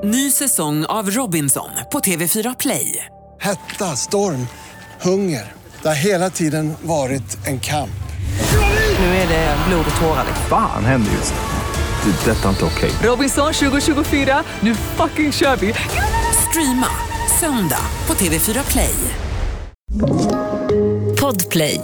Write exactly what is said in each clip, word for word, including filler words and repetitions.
Ny säsong av Robinson på T V fyra Play. Hetta, storm, hunger. Det har hela tiden varit en kamp. Nu är det blod och tårar. Fan händer just det. Det är detta inte okej. Robinson tjugo tjugofyra, nu fucking kör vi. Streama söndag på T V fyra Play. Podplay.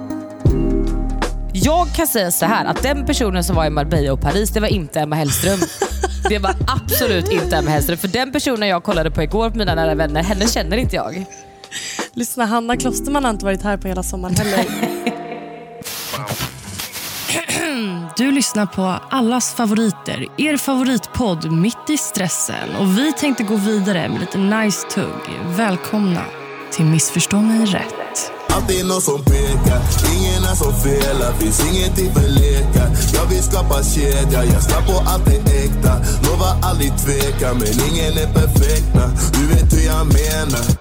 Jag kan säga så här att den personen som var i Marbella och Paris, det var inte Emma Hellström. Det var absolut inte Emma Hellström. För den personen jag kollade på igår på mina nära vänner, henne känner inte jag. Lyssna, Hanna Klosterman har inte varit här på hela sommaren heller. Du lyssnar på allas favoriter, er favoritpodd Mitt i stressen. Och vi tänkte gå vidare med lite nice tugg. Välkomna till Missförstå mig rätt. Alltid någon som pekar, ingen är som felar, finns ingenting för lekar. Jag vill skapa kedja, jag ska på allt det äkta. Lovar aldrig tveka, men ingen är perfekta. Du vet hur jag menar.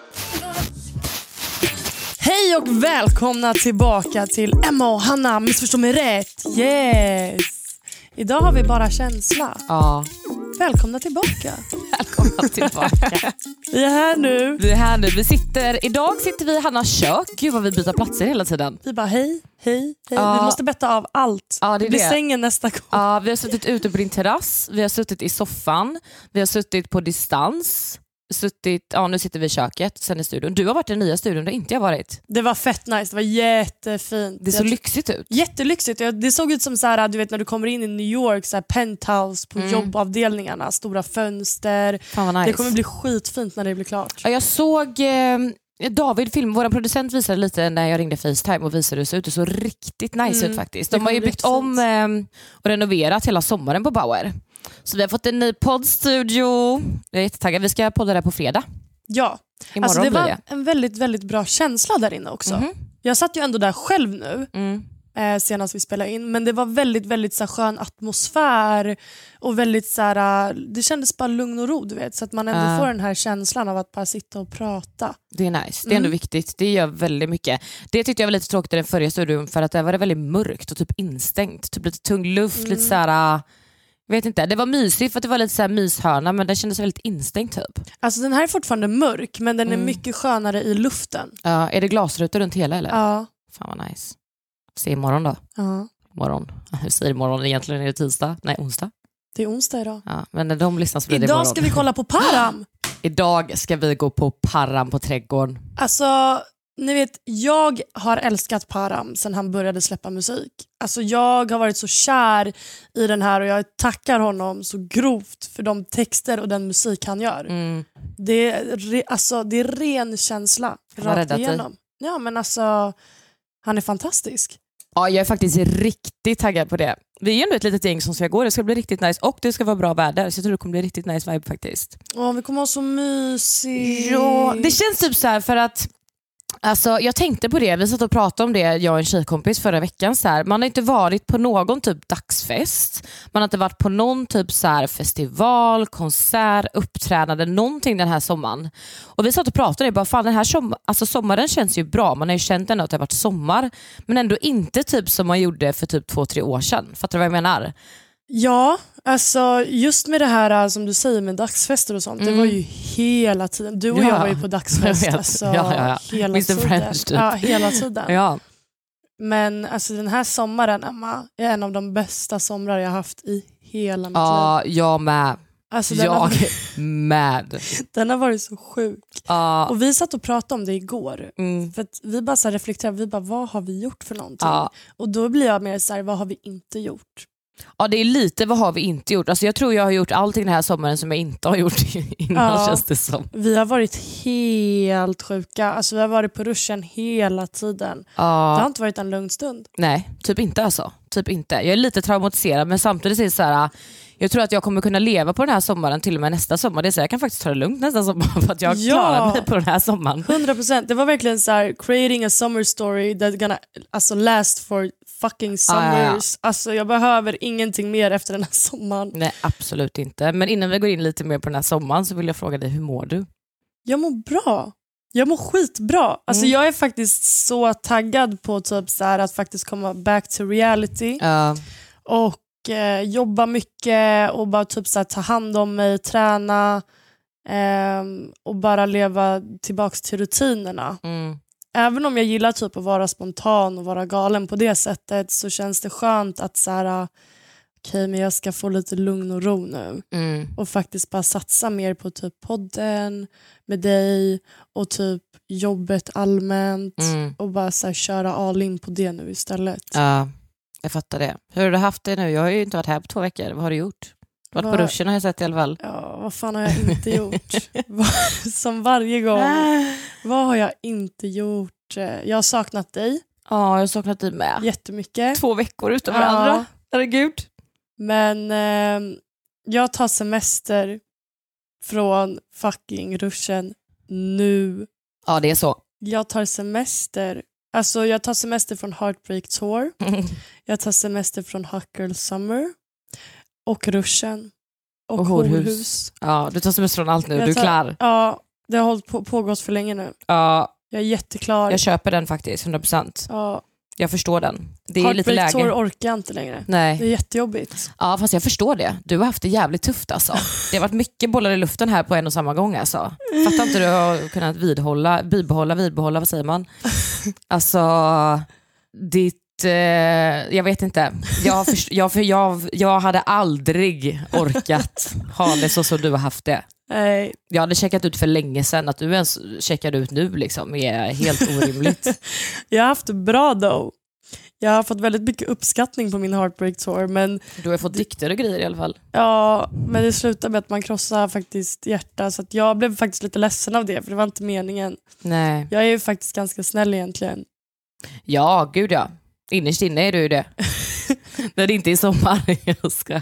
Hej och välkomna tillbaka till Emma och Hanna, Missförstå mig rätt. Yes! Idag har vi bara känsla. Ja. Välkomna tillbaka. Välkomna tillbaka. Vi är här nu. Vi är här nu. Vi sitter, idag sitter vi i Hannas kök. Gud vad vi byter platser hela tiden. Vi bara hej, hej, hej. Ja. Vi måste betta av allt. Ja, det är det blir det. sängen nästa gång. Ja, vi har suttit ute på din terrass. Vi har suttit i soffan. Vi har suttit på distans. Suttit, ja, nu sitter vi i köket, sen i studion. Du har varit i den nya studion, det har inte jag varit. Det var fett nice, det var jättefint. Det är så jag lyxigt ut. Jättelyxigt. Det såg ut som så här, du vet när du kommer in i New York, så här penthouse på Mm. jobbavdelningarna, stora fönster. Fan vad nice. Det kommer bli skitfint när det blir klart. Ja, jag såg eh, David film, vår producent visade lite när jag ringde FaceTime och visade hur det såg ut. Det såg riktigt nice Mm. ut faktiskt. Det De har ju kommer byggt bli om eh, och renoverat hela sommaren på Bauer. Så vi har fått en ny poddstudio. Jag är jättetaggad. Vi ska podda där på fredag. Ja, Imorgon alltså det blir var det. en väldigt, väldigt bra känsla där inne också. Mhm. Jag satt ju ändå där själv nu Mm. eh, senast vi spelade in, men det var väldigt, väldigt så här, skön atmosfär och väldigt så här, eh, det kändes bara lugn och ro, du vet, så att man ändå Ja. får den här känslan av att bara sitta och prata. Det är nice, det är ändå Mm. viktigt. Det gör väldigt mycket. Det tyckte jag var lite tråkigt i den förra studion, för att där var det väldigt mörkt och typ instängt. Typ lite tung luft, Mm. lite så här. Vet inte, det var mysigt för att det var lite så här myshörna, men det kändes väldigt instängt typ. Alltså den här är fortfarande mörk, men den är Mm. mycket skönare i luften. Ja, är det glasrutor runt hela eller? Ja. Fan vad nice. Se imorgon då. Ja. Morgon. Hur säger imorgon egentligen? Är det tisdag? Nej, onsdag. Det är onsdag idag. Ja, men när de lyssnar så blir det Idag imorgon. ska vi kolla på Param. Idag ska vi gå på Param på Trädgården. Alltså, ni vet, jag har älskat Param sedan han började släppa musik. Alltså jag har varit så kär i den här och jag tackar honom så grovt för de texter och den musik han gör. Mm. Det, är re, alltså, det är ren känsla Han har rakt räddat dig. igenom. Ja, men alltså, han är fantastisk. Ja, jag är faktiskt riktigt taggad på det. Vi är ju ändå ett litet gäng som ska gå. Det ska bli riktigt nice och det ska vara bra väder. Så jag tror det kommer bli riktigt nice vibe faktiskt. Åh, vi kommer ha så mysigt. Ja, det känns typ så här för att alltså, jag tänkte på det, vi satt och pratade om det, jag och en tjejkompis förra veckan. Så här, man har inte varit på någon typ dagsfest, man har inte varit på någon typ så här festival, konsert, uppträdande, någonting den här sommaren. Och vi satt och pratade, bara fan den här som, alltså, sommaren känns ju bra, man har ju känt ändå att det har varit sommar, men ändå inte typ som man gjorde för typ två, tre år sedan. Fattar du vad jag menar? Ja, alltså just med det här som du säger med dagsfester och sånt, Mm. det var ju hela tiden. Du och Ja. jag var ju på dagsfest Jag vet. alltså, Ja, ja, ja. hela mister tiden. French, typ. Ja, hela tiden. Ja. Men alltså den här sommaren, Emma, är en av de bästa somrar jag haft i hela mitt liv. Ja, jag med. Alltså den, Jag har, med. den har varit så sjuk. Ja. Och vi satt och pratade om det igår. Mm. För att vi bara så här reflekterade, vi bara, vad har vi gjort för någonting? Ja. Och då blir jag mer så här, vad har vi inte gjort? Ja, det är lite vad har vi inte gjort. Alltså jag tror jag har gjort allting den här sommaren som jag inte har gjort innan, Ja. känns det som. Vi har varit helt sjuka. Alltså vi har varit på ruschen hela tiden. Det Ja, har inte varit en lugn stund. nej, typ inte alltså. Typ inte. Jag är lite traumatiserad, men samtidigt är det så här, jag tror att jag kommer kunna leva på den här sommaren till och med nästa sommar. Det är så jag kan faktiskt ta det lugnt nästa sommar för att jag Ja. klarar mig på den här sommaren. hundra procent. Det var verkligen så här, creating a summer story that's gonna alltså, last for fucking summers. Ah, ja, ja. Alltså jag behöver ingenting mer efter den här sommaren. Nej, absolut inte. Men innan vi går in lite mer på den här sommaren så vill jag fråga dig, hur mår du? Jag mår bra. Jag mår skitbra. Alltså Mm. jag är faktiskt så taggad på typ så här att faktiskt komma back to reality. Uh, Och och eh, jobba mycket och bara typ så här, ta hand om mig, träna eh, och bara leva tillbaks till rutinerna. Mm. Även om jag gillar typ att vara spontan och vara galen på det sättet, så känns det skönt att så här, okej, okay, men jag ska få lite lugn och ro nu. Mm. Och faktiskt bara satsa mer på typ podden med dig och typ jobbet allmänt. Mm. Och bara så här, köra all in på det nu istället. Ja, jag fattar det. Hur har du haft det nu? Jag har ju inte varit här på två veckor. Vad har du gjort? Du har varit Vad- på ruschen har jag sett i alla fall. Ja, vad fan har jag inte gjort? Vad- Som varje gång. Vad har jag inte gjort? Jag har saknat dig Ja, jag har saknat dig med. jättemycket. Två veckor utan Ja. varandra. Herregud. Men eh, jag tar semester från fucking ruschen nu. Ja, det är så. Jag tar semester. Alltså jag tar semester från Heartbreak Tour. Jag tar semester från Hot Girl Summer. Och ruschen. Och, Och horhus. horhus. Ja, du tar semester från allt nu. Jag Du är tar- klar. Ja, det har hållit på, pågått för länge nu. Ja, Jag är jätteklar. jag köper den faktiskt, hundra procent. Ja, Jag förstår den. Det är lite Heartbreak Tour läge. orkar jag inte längre. Nej. Det är jättejobbigt. Ja, fast jag förstår det. Du har haft det jävligt tufft alltså. Det har varit mycket bollar i luften här på en och samma gång alltså. Fattar inte du har kunnat vidhålla, bibehålla, vidbehålla, vad säger man? Alltså, ditt, eh, jag vet inte. Jag, först, jag, för jag, jag hade aldrig orkat ha det så som du har haft det. Nej. Jag hade checkat ut för länge sedan. Att du ens checkade ut nu liksom är helt orimligt. Jag har haft det bra då. Jag har fått väldigt mycket uppskattning på min Heartbreak Tour, men Du har fått dikter och grejer i alla fall. ja, men det slutade med att man krossar faktiskt hjärta, så att jag blev faktiskt lite ledsen av det, för det var inte meningen. Nej. Jag är ju faktiskt ganska snäll egentligen. Ja, gud ja. Innerst inne är du ju det. När det inte är sommar. Jag ska.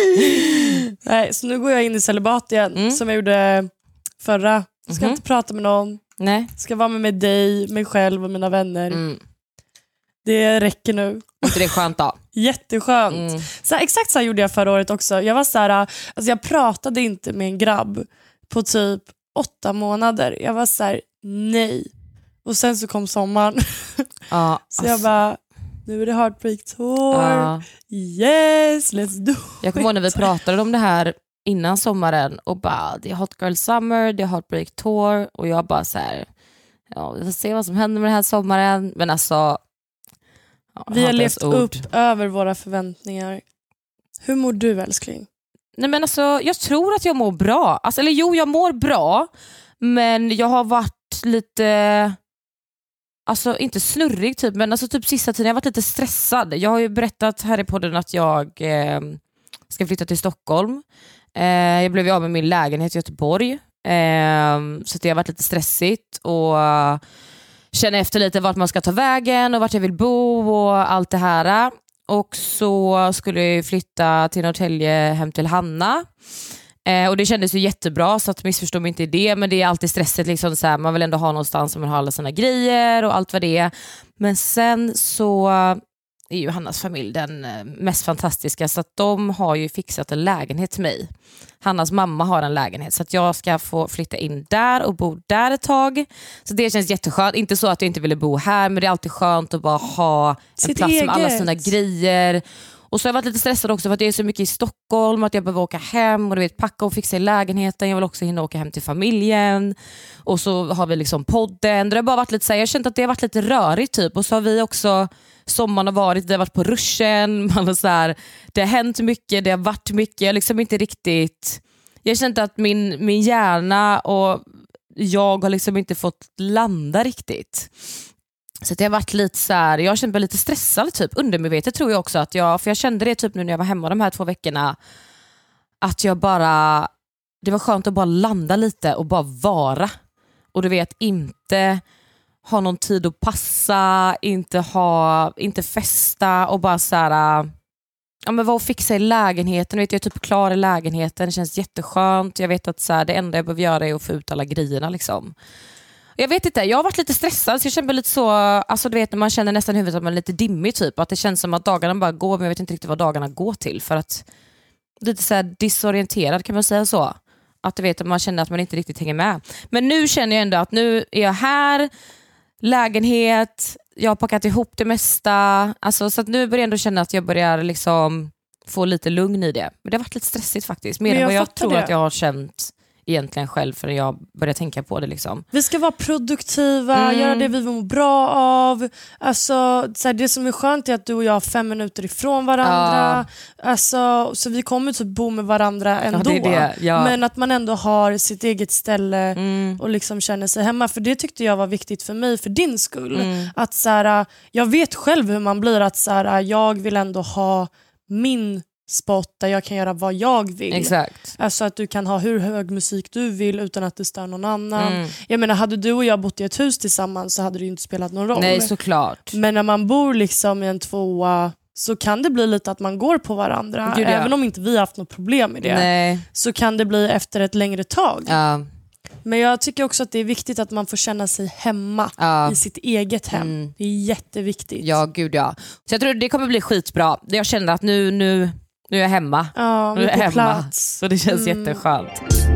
Nej, så nu går jag in i celibat igen, Mm. som jag gjorde förra. Ska Mhm. inte prata med någon, Nej. ska vara med, med dig, mig själv och mina vänner. Mm. Det räcker nu. Inte det är skönt då? Jätteskönt. Mm. Så här, exakt så här gjorde jag förra året också. Jag var så här, alltså jag pratade inte med en grabb på typ åtta månader. Jag var så här, nej. Och sen så kom sommaren. Ja, Så jag bara, nu är det Heartbreak Tour. ja. Yes, let's do Jag kommer ihåg när vi pratade om det här innan sommaren och bara, det är Hot Girl Summer, det är Heartbreak Tour och jag bara så här, ja, vi får se vad som händer med den här sommaren. Men alltså, ja, Vi har inte ens levt ord. upp över våra förväntningar. Hur mår du, älskling? Nej men alltså, jag tror att jag mår bra. Alltså, eller jo, jag mår bra, men jag har varit lite, alltså inte snurrig typ, men alltså typ sista tiden jag har varit lite stressad. Jag har ju berättat här i podden att jag eh, ska flytta till Stockholm. Eh, jag blev ju av med min lägenhet i Göteborg, eh, så det har varit lite stressigt och uh, känner efter lite vart man ska ta vägen och vart jag vill bo och allt det här. Och så skulle jag flytta till Norrtälje hem till Hanna. Eh, och det kändes ju jättebra, så att missförstå mig inte i det, men det är alltid stresset liksom, så här, man vill ändå ha någonstans som man har alla sina grejer och allt vad det är. Men sen så är ju Hannas familj den mest fantastiska, så att de har ju fixat en lägenhet till mig. Hannas mamma har en lägenhet, så att jag ska få flytta in där och bo där ett tag. Så det känns jätteskönt. Inte så att jag inte ville bo här, men det är alltid skönt att bara ha en Sitt plats med alla eget. sina grejer. Och så har jag varit lite stressad också för att det är så mycket i Stockholm, att jag behöver åka hem och du vet, packa och fixa i lägenheten. Jag vill också hinna åka hem till familjen. Och så har vi liksom podden. Det har bara varit lite så här, jag har känt att det har varit lite rörigt typ. Och så har vi också, sommaren har varit, vi har varit på ruschen. Man har så här, det har hänt mycket, det har varit mycket. Jag har liksom inte riktigt, jag har känt att min, min hjärna och jag har liksom inte fått landa riktigt. Så det har varit lite så här, jag har känt mig lite stressad typ, undermedvetet tror jag också att jag, för jag kände det typ nu när jag var hemma de här två veckorna, att jag bara, det var skönt att bara landa lite och bara vara, och du vet, inte ha någon tid att passa, inte ha, inte festa och bara så här, ja men vad fixa i lägenheten, vet jag är typ klar i lägenheten, det känns jätteskönt, jag vet att så här, det enda jag behöver göra är att få ut alla grejerna liksom. Jag vet inte, jag har varit lite stressad, så jag känner lite så, alltså du vet när man känner nästan huvudet att man är lite dimmig typ, att det känns som att dagarna bara går, men jag vet inte riktigt vad dagarna går till, för att lite så här disorienterad, kan man säga så, att du vet att man känner att man inte riktigt hänger med. Men nu känner jag ändå att nu är jag här, lägenhet, jag har packat ihop det mesta, alltså, så att nu börjar jag ändå känna att jag börjar liksom få lite lugn i det. Men det har varit lite stressigt faktiskt. Mer Men än jag vad jag fattar tror det. att jag har känt egentligen själv förrän jag började tänka på det. Liksom. Vi ska vara produktiva, Mm. göra det vi mår bra av. Alltså, så här, det som är skönt är att du och jag har fem minuter ifrån varandra. Alltså, så vi kommer typ bo med varandra ändå. Ja, det är det. Ja. Men att man ändå har sitt eget ställe Mm. och liksom känner sig hemma. För det tyckte jag var viktigt för mig, för din skull. Mm. Att så här, jag vet själv hur man blir. Att så här, jag vill ändå ha min spot där jag kan göra vad jag vill. Exakt. Alltså att du kan ha hur hög musik du vill utan att det stör någon annan. Mm. Jag menar, hade du och jag bott i ett hus tillsammans så hade det ju inte spelat någon roll. Nej, såklart. Men när man bor liksom i en tvåa så kan det bli lite att man går på varandra. Gud, ja. Även om inte vi har haft något problem med det. Nej. Så kan det bli efter ett längre tag. Ja. Men jag tycker också att det är viktigt att man får känna sig hemma Ja. i sitt eget hem. Mm. Det är jätteviktigt. Ja, gud ja. Så jag tror det kommer bli skitbra. Jag känner att nu, nu, nu är jag hemma. Ja, vi Nu är är jag på hemma. plats. Så det känns Mm. jätteskönt.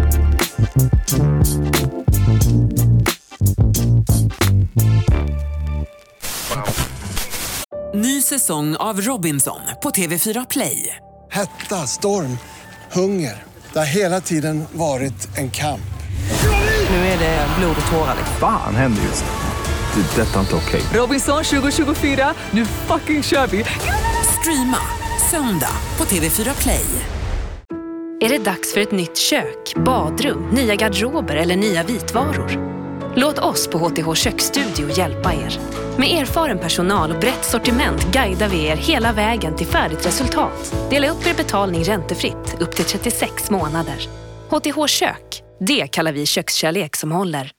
Ny säsong av Robinson på T V fyra Play. Hetta, storm, hunger. Det har hela tiden varit en kamp. Nu är det blod och tårar. Fan händer just det. Det är detta inte okej. Robinson tjugo tjugofyra, nu fucking kör vi. Streama söndag på T V fyra Play. Är det dags för ett nytt kök, badrum, nya garderober eller nya vitvaror? Låt oss på H T H Köksstudio hjälpa er. Med erfaren personal och brett sortiment guidar vi er hela vägen till färdigt resultat. Dela upp er betalning räntefritt upp till trettiosex månader. H T H Kök, det kallar vi kökskärlek som håller.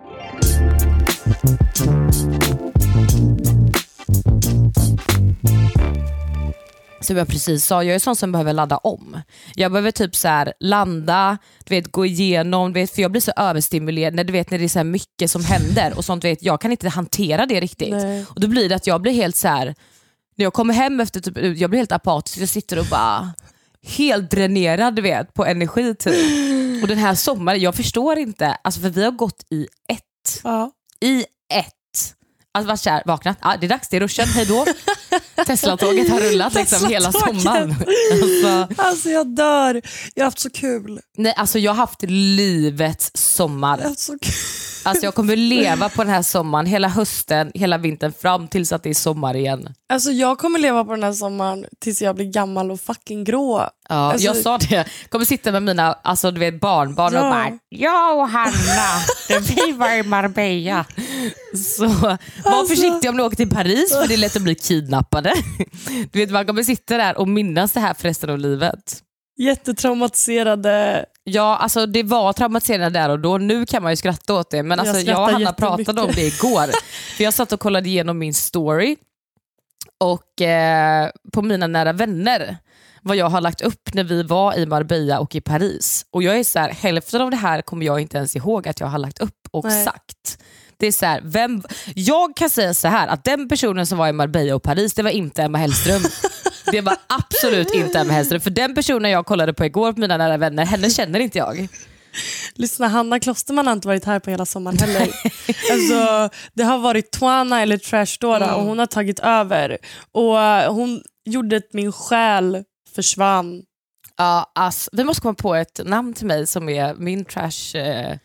Som jag precis sa, jag är sån som behöver ladda om. Jag behöver typ så här landa, du vet, gå igenom, du vet, för jag blir så överstimulerad när du vet när det är så här mycket som händer och sånt, vet, jag kan inte hantera det riktigt. Nej. Och då blir det att jag blir helt så här, när jag kommer hem efter typ, jag blir helt apatisk, jag sitter och bara helt dränerad, du vet, på energi typ. Och den här sommaren, jag förstår inte, alltså för vi har gått i ett. Ja. I ett. Alltså var kär, vaknat, ah, det är dags, det är ruschen, hej då. Tesla-tåget har rullat liksom hela Tesla-tåget. sommaren. Alltså, Alltså jag dör. Jag har haft så kul. nej, alltså jag har haft livets sommar. Jag har haft så kul. Alltså jag kommer leva på den här sommaren hela hösten, hela vintern fram tills att det är sommar igen. Alltså jag kommer leva på den här sommaren tills jag blir gammal och fucking grå. Ja, Alltså- jag sa det, jag kommer sitta med mina alltså, du vet, barnbarn Ja. och bara ja och Hanna, vi var i Marbella. Så var Alltså- försiktig om du åker till Paris för det är lätt att bli kidnappade. Du vet, man kommer sitta där och minnas det här för resten av livet. Jättetraumatiserade. Ja, alltså det var traumatiserande där och då. Nu kan man ju skratta åt det. Men Jag alltså, jag, skrattar och Hanna jättemycket. pratade om det igår. För jag satt och kollade igenom min story. Och eh, på mina nära vänner. Vad jag har lagt upp när vi var i Marbella och i Paris. Och jag är så här, hälften av det här kommer jag inte ens ihåg att jag har lagt upp och Nej. sagt. Det är så här, vem, jag kan säga så här att den personen som var i Marbella och Paris, det var inte Emma Hellström. Det var absolut inte Emma Hellström. För den personen jag kollade på igår på mina nära vänner, henne känner inte jag. Lyssna, Hanna Klosterman har inte varit här på hela sommaren heller. Alltså, det har varit Twana eller Trashdora Mm. och hon har tagit över. Och eh, hon gjorde att min själ försvann. Ja, ass, vi måste komma på ett namn till mig som är min trash. Eh,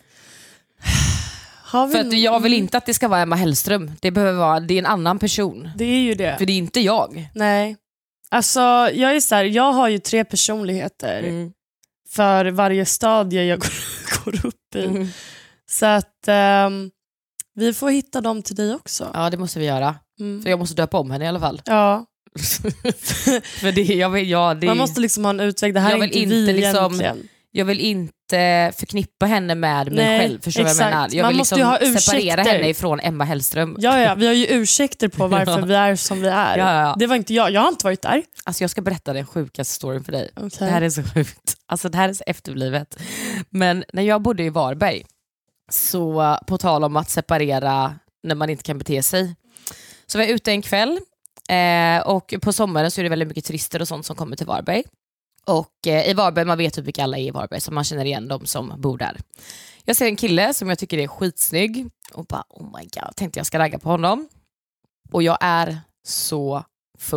Har vi för att nå- jag vill inte att det ska vara Emma Hellström. Det behöver vara, det är en annan person. Det är ju det. För det är inte jag. Nej. Alltså, jag är så här, jag har ju tre personligheter Mm. för varje stadie jag går, går upp i. Mm. Så att ehm, vi får hitta dem till dig också. Ja, det måste vi göra. Mm. För jag måste döpa om henne i alla fall. Ja. För det, jag vill, ja, det, Man måste liksom ha en utväg. Det här Jag är vill inte vi inte liksom- egentligen. jag vill inte förknippa henne med mig Nej, själv. Förstår du vad jag exakt. menar? Jag Man vill måste liksom ju ha separera ursäkter. henne ifrån Emma Hellström. Ja, ja, vi har ju ursäkter på varför Ja. vi är som vi är. Ja, ja. Det var inte jag. Jag har inte varit där. Alltså jag ska berätta den sjukaste storyn för dig. Okay. Det här är så sjukt. Alltså det här är så efterblivet. Men när jag bodde i Varberg, så på tal om att separera när man inte kan bete sig, så var jag ute en kväll eh, och på sommaren så är det väldigt mycket turister och sånt som kommer till Varberg. Och eh, i Varberg, man vet hur mycket alla är i Varberg, så man känner igen dem som bor där. Jag ser en kille som jag tycker är skitsnygg och bara oh my god, tänkte jag ska ragga på honom. Och jag är så full.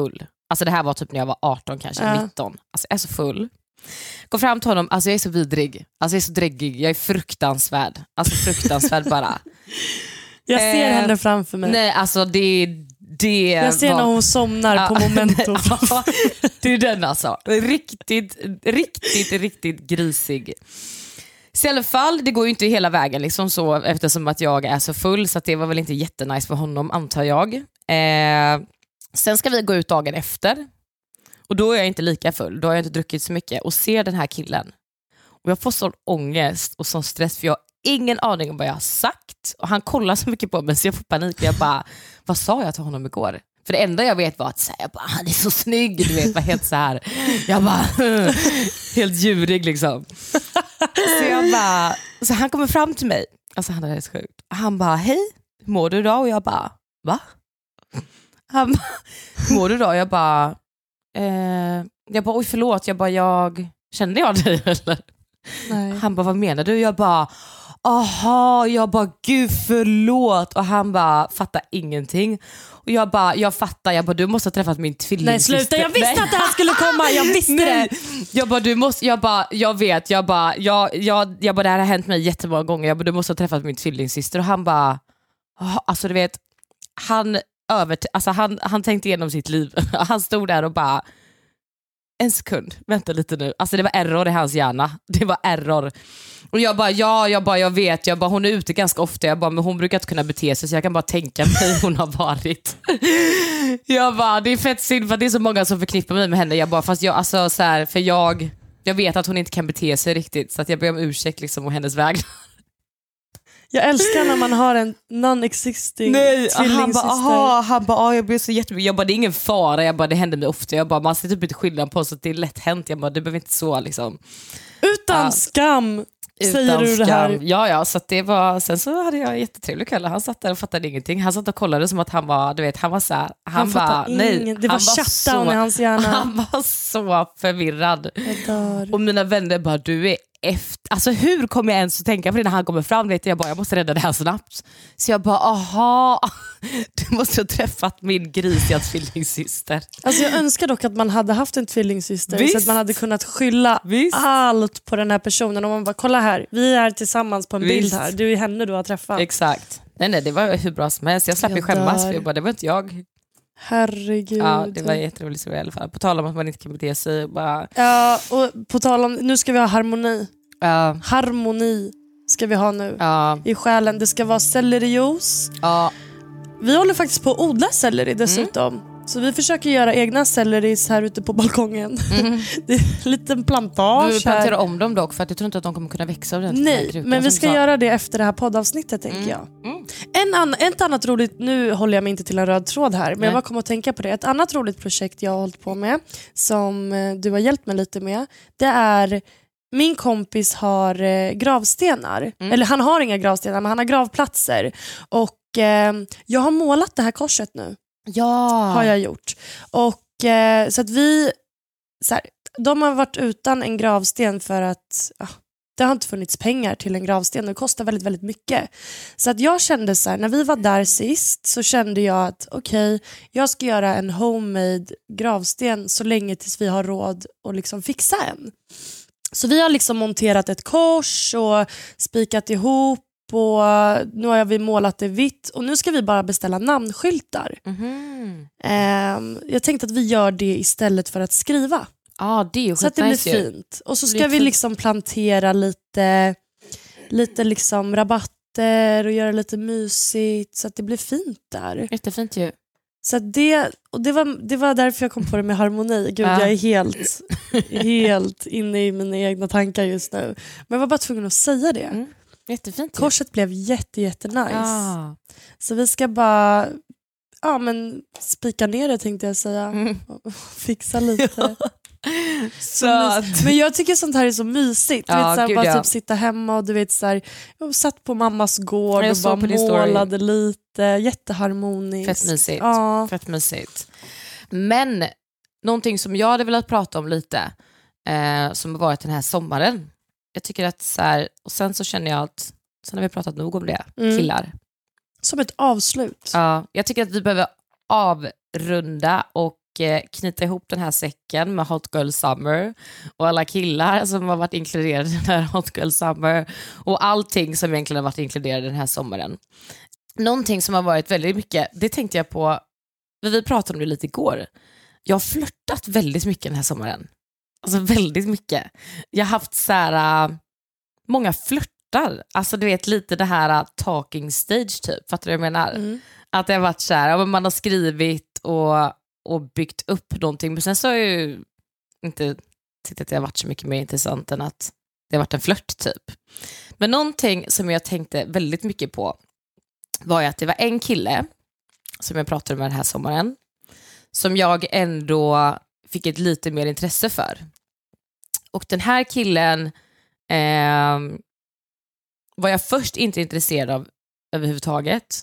Alltså det här var typ när jag var arton kanske, Ja. nitton. Alltså jag är så full. Går fram till honom, alltså jag är så vidrig. Alltså jag är så dräggig, jag är fruktansvärd. Alltså fruktansvärd bara. Jag ser Eh, henne framför mig. Nej, alltså det det Jag ser var... när hon somnar Ja, på Momento. ja, det är den alltså. Riktigt, riktigt, riktigt grisig. Så i alla fall, det går ju inte hela vägen liksom så, eftersom att jag är så full, så att det var väl inte jättenice för honom, antar jag. Eh, sen ska vi gå ut dagen efter. Och då är jag inte lika full, då har jag inte druckit så mycket. Och ser den här killen. Och jag får sån ångest och sån stress, för jag har ingen aning om vad jag har sagt. Och han kollar så mycket på mig så jag får panik. Jag bara, vad sa jag till honom igår? För det enda jag vet var att säga, jag bara, han är så snygg, du vet, var helt så här. Jag bara, helt djurig liksom. Så jag bara, så han kommer fram till mig. Alltså han är rätt sjukt. Han bara, hej, hur mår du idag? Och jag bara, va? Han bara, hur mår du idag? Och jag bara, eh, jag bara, oj förlåt. Jag bara, jag, kände jag dig eller? Nej. Han bara, vad menar du? Jag bara, aha, jag bara, gud förlåt. Och han bara, fattar ingenting. Och jag bara, jag fattar, jag bara, du måste ha träffat min tvillingsyster. Nej sluta, jag visste Nej. att det här skulle komma, jag visste Nej. det. Jag bara, du måste, jag bara, jag vet, jag bara, jag, jag, jag bara, det här har hänt mig jättemånga gånger. Jag bara, du måste ha träffat min tvillingsyster. Och han bara, alltså du vet, han över, alltså han, han tänkte igenom sitt liv. Han stod där och bara, en sekund, vänta lite nu. Alltså det var error i hans hjärna. Det var error. Och jag bara, ja, jag bara, jag vet. Jag bara, hon är ute ganska ofta. Jag bara, men hon brukar inte kunna bete sig, så jag kan bara tänka mig hon har varit. Jag bara, det är fett synd för det är så många som förknippar mig med henne. Jag bara, fast jag, alltså så här, för jag, jag vet att hon inte kan bete sig riktigt, så att jag ber om ursäkt liksom, och hennes väg. Jag älskar när man har en non-existing Nej, han tvillingsyster. bara, aha, han bara, ah, jag blir så jättemycket. Jag bara, det är ingen fara. Jag bara, det händer mig ofta. Jag bara, man ser typ inte skillnad på, så att det är lätt hänt. Jag bara, det behöver inte så liksom. Utan Ja. skam säger Utan du det här. skam. Ja, ja, så att det var, sen så hade jag en jättetrevlig kväll. Han satt där och fattade ingenting. Han satt och kollade som att han var, du vet, han var så här, han, Han bara, fattar nej. ingen- det var han shutdown så, i hans hjärna. Han var så förvirrad. Jag dör. Och mina vänner bara, du är efter, alltså hur kommer jag ens att tänka på det när han kommer fram? Vet jag bara, jag måste rädda det här snabbt. Så jag bara, aha, du måste ha träffat min grisiga tvillingsyster. Alltså jag önskar dock att man hade haft en tvillingsyster. Visst. Så att man hade kunnat skylla Visst. allt på den här personen. Och man bara, kolla här, vi är tillsammans på en bild Visst. här. Du är henne du har träffat. Exakt. Nej, nej, det var hur bra som helst. Jag slapp ju Jag skämmas, dör. för jag bara, det var inte jag. Herregud. Ja, det var jätteroligt i alla fall. På tal om att man inte kan bete sig. Bara, Ja, och på tal om, nu ska vi ha harmoni. ja, Harmoni ska vi ha nu. ja, I själen. Det ska vara sellerijuice. ja. Vi håller faktiskt på att odla selleri dessutom. Så vi försöker göra egna selleris här ute på balkongen. Mm. Det är en liten plantage Du planterar här. om dem dock, för att jag tror inte att de kommer kunna växa ordentligt. Nej, men vi ska göra det efter det här poddavsnittet, tänker Mm. jag. Mm. En an- ett annat roligt, nu håller jag mig inte till en röd tråd här, men Nej. jag bara kom att tänka på det. Ett annat roligt projekt jag har hållit på med, som eh, du har hjälpt mig lite med, det är, min kompis har eh, gravstenar. Mm. Eller han har inga gravstenar, men han har gravplatser. Och eh, jag har målat det här korset nu. Ja. Har jag gjort. Och eh, så att vi, så här, de har varit utan en gravsten för att ja, det har inte funnits pengar till en gravsten. Det kostar väldigt, väldigt mycket. Så att jag kände så här, när vi var där sist så kände jag att okej, okay, jag ska göra en homemade gravsten så länge tills vi har råd att liksom fixa en. Så vi har liksom monterat ett kors och spikat ihop, och nu har vi målat det vitt och nu ska vi bara beställa namnskyltar. Mhm. Um, jag tänkte att vi gör det istället för att skriva. Ja, det är ju Så att det blir skitnice ju. fint. Och så Det ska blir vi fint. liksom plantera lite, lite liksom rabatter och göra lite mysigt så att det blir fint där. Jättefint ju. Så att det, och det, var, det var därför jag kom på det med harmoni. Gud, Ja. jag är helt, helt inne i mina egna tankar just nu. Men jag var bara tvungen att säga det. Mm. Jättefint ju. Korset blev jätte, jätte nice. Ja. Så vi ska bara ja, men spika ner det, tänkte jag säga. Mm. Och fixa lite. Söt. Men jag tycker sånt här är så mysigt. Du Ja, vet, såhär, gud, bara ja. typ sitta hemma och du vet såhär, jag satt på mammas gård Jag och såg bara på din story. målade lite. Jätteharmoniskt. Fett mysigt. Ja. Fett mysigt. Men någonting som jag hade velat prata om lite, eh, som har varit den här sommaren. Jag tycker att så här, och sen så känner jag att, sen har vi pratat nog om det, Mm. killar. Som ett avslut. Ja, jag tycker att vi behöver avrunda och eh, knyta ihop den här säcken med Hot Girl Summer och alla killar som har varit inkluderade i den här Hot Girl Summer och allting som egentligen har varit inkluderade den här sommaren. Någonting som har varit väldigt mycket, det tänkte jag på, vi pratade om det lite igår. Jag har flörtat väldigt mycket den här sommaren. Alltså väldigt mycket. Jag har haft så här uh, många flörtar. Alltså du vet lite det här uh, talking stage typ. Fattar du vad jag menar? Mm. Att det har varit så här, man har skrivit och, och byggt upp någonting. Men sen så har jag ju inte tyckt att det har varit så mycket mer intressant än att det har varit en flört typ. Men någonting som jag tänkte väldigt mycket på var ju att det var en kille som jag pratade med den här sommaren som jag ändå fick ett lite mer intresse för. Och den här killen eh, var jag först inte intresserad av överhuvudtaget.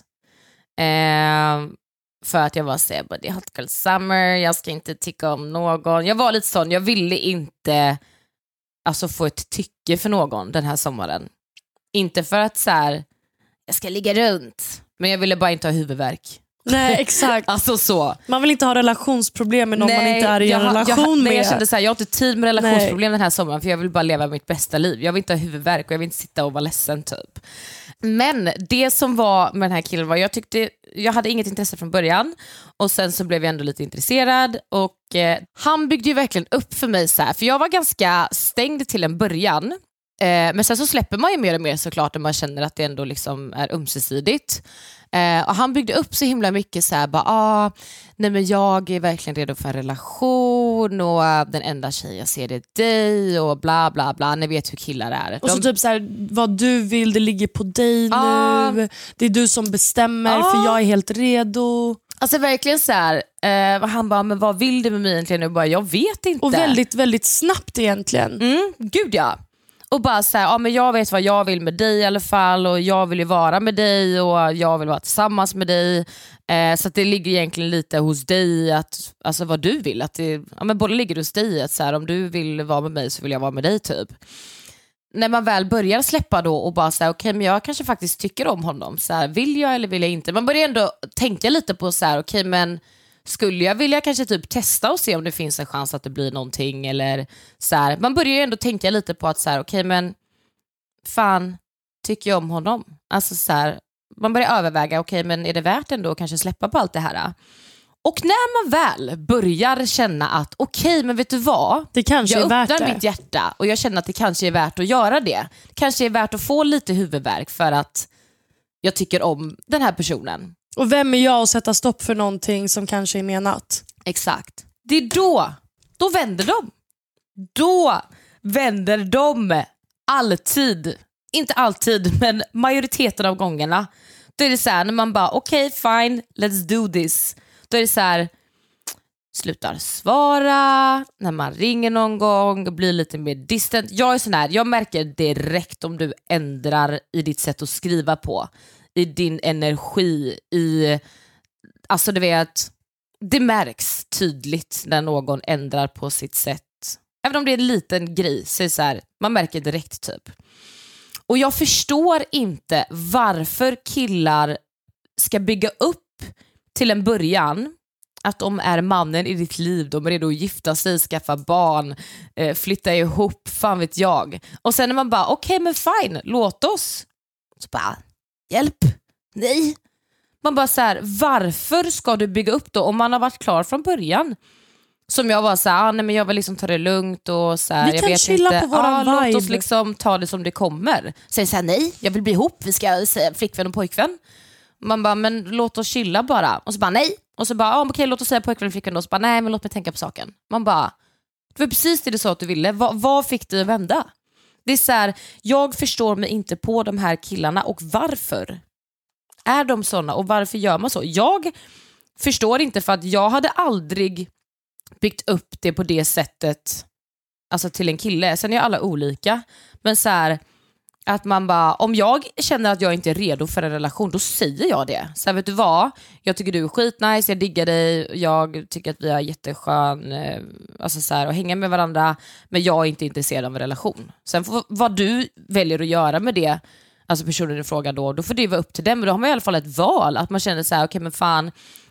Eh, för att jag var så här, det är Hot Girl Summer, jag ska inte tycka om någon. Jag var lite sån, jag ville inte alltså, få ett tycke för någon den här sommaren. Inte för att så här, jag ska ligga runt, men jag ville bara inte ha huvudvärk. Nej, exakt. Alltså så. Man vill inte ha relationsproblem med någon nej, man inte är i en jag, relation jag, med. Nej, jag kände så här, jag har inte tid med relationsproblem nej. den här sommaren för jag vill bara leva mitt bästa liv. Jag vill inte ha huvudvärk och jag vill inte sitta och vara ledsen typ. Men det som var med den här killen var, jag tyckte, jag hade inget intresse från början och sen så blev jag ändå lite intresserad och eh, han byggde ju verkligen upp för mig så här, för jag var ganska stängd till en början. Eh, men sen så släpper man ju mer och mer såklart när man känner att det ändå liksom är ömsesidigt. Eh, och han byggde upp så himla mycket så här, bara, ah, nej men jag är verkligen redo för en relation och uh, den enda tjej jag ser är dig och bla bla bla, ni vet hur killar är. Och så De... typ så här, vad du vill, det ligger på dig ah. nu, det är du som bestämmer ah. för jag är helt redo. Alltså verkligen så här, eh, han bara, men vad vill du med mig egentligen? Och bara, jag vet inte. Och väldigt, väldigt snabbt egentligen. Mm, gud ja. Och bara så här, ja men jag vet vad jag vill med dig i alla fall och jag vill ju vara med dig och jag vill vara tillsammans med dig. Eh, så att det ligger egentligen lite hos dig att, alltså vad du vill. Att det, ja men både ligger hos dig att så här, om du vill vara med mig så vill jag vara med dig typ. När man väl börjar släppa då och bara säga okej okay, men jag kanske faktiskt tycker om honom. Så här, vill jag eller vill jag inte? Man börjar ändå tänka lite på så här, okej okay, men skulle jag vilja kanske typ testa och se om det finns en chans att det blir någonting eller så här. Man börjar ju ändå tänka lite på att så här, okej okay, men fan, tycker jag om honom? Alltså så här, man börjar överväga, okej okay, men är det värt ändå att kanske släppa på allt det här? Och när man väl börjar känna att okej okay, men vet du vad? Det kanske jag är värt öppnar det. mitt hjärta och jag känner att det kanske är värt att göra det. Det kanske är värt att få lite huvudvärk för att jag tycker om den här personen. Och vem är jag att sätta stopp för någonting som kanske är menat? Exakt. Det är då, då vänder de. Då vänder de alltid. Inte alltid, men majoriteten av gångerna. Då är det så här, när man bara, okej, okay, fine, let's do this. Då är det så här, slutar svara, när man ringer någon gång, blir lite mer distant. Jag är sån här, jag märker direkt om du ändrar i ditt sätt att skriva på. I din energi, i alltså du vet, det märks tydligt när någon ändrar på sitt sätt. Även om det är en liten grej så är det så här, man märker direkt typ. Och jag förstår inte varför killar ska bygga upp till en början att de är mannen i ditt liv, de är redo att gifta sig, skaffa barn, eh, flytta ihop, fan vet jag. Och sen är man bara, okej okay, men fine, låt oss. Så bara, hjälp, nej. Man bara så här, varför ska du bygga upp då om man har varit klar från början? Som jag var så här, ah, nej men jag vill liksom ta det lugnt och så här, vi jag kan vet chilla inte. på våran ah, vibe. Låt oss liksom ta det som det kommer. Säg så här, nej, jag vill bli ihop, vi ska säga flickvän och pojkvän. Man bara, men låt oss chilla bara. Och så bara, nej. Och så bara, ah, okej okay, låt oss säga pojkvän och flickvän då. Och så bara, nej men låt mig tänka på saken. Man bara, det var precis det du sa att du ville. Va, vad fick du att vända? Det är så här, jag förstår mig inte på de här killarna och varför är de såna och varför gör man så? Jag förstår inte för att jag hade aldrig byggt upp det på det sättet alltså till en kille. Sen är alla olika. Men så här, att man bara, om jag känner att jag inte är redo för en relation, då säger jag det. Så här, vet du vad? Jag tycker du är skitnice, jag diggar dig, jag tycker att vi har jätteskön eh, alltså så här, att hänga med varandra, men jag är inte intresserad av en relation. Sen får, vad du väljer att göra med det, alltså personen i fråga då, då får det vara upp till dem. Men då har man i alla fall ett val, att man känner så här, okej okay, men fan,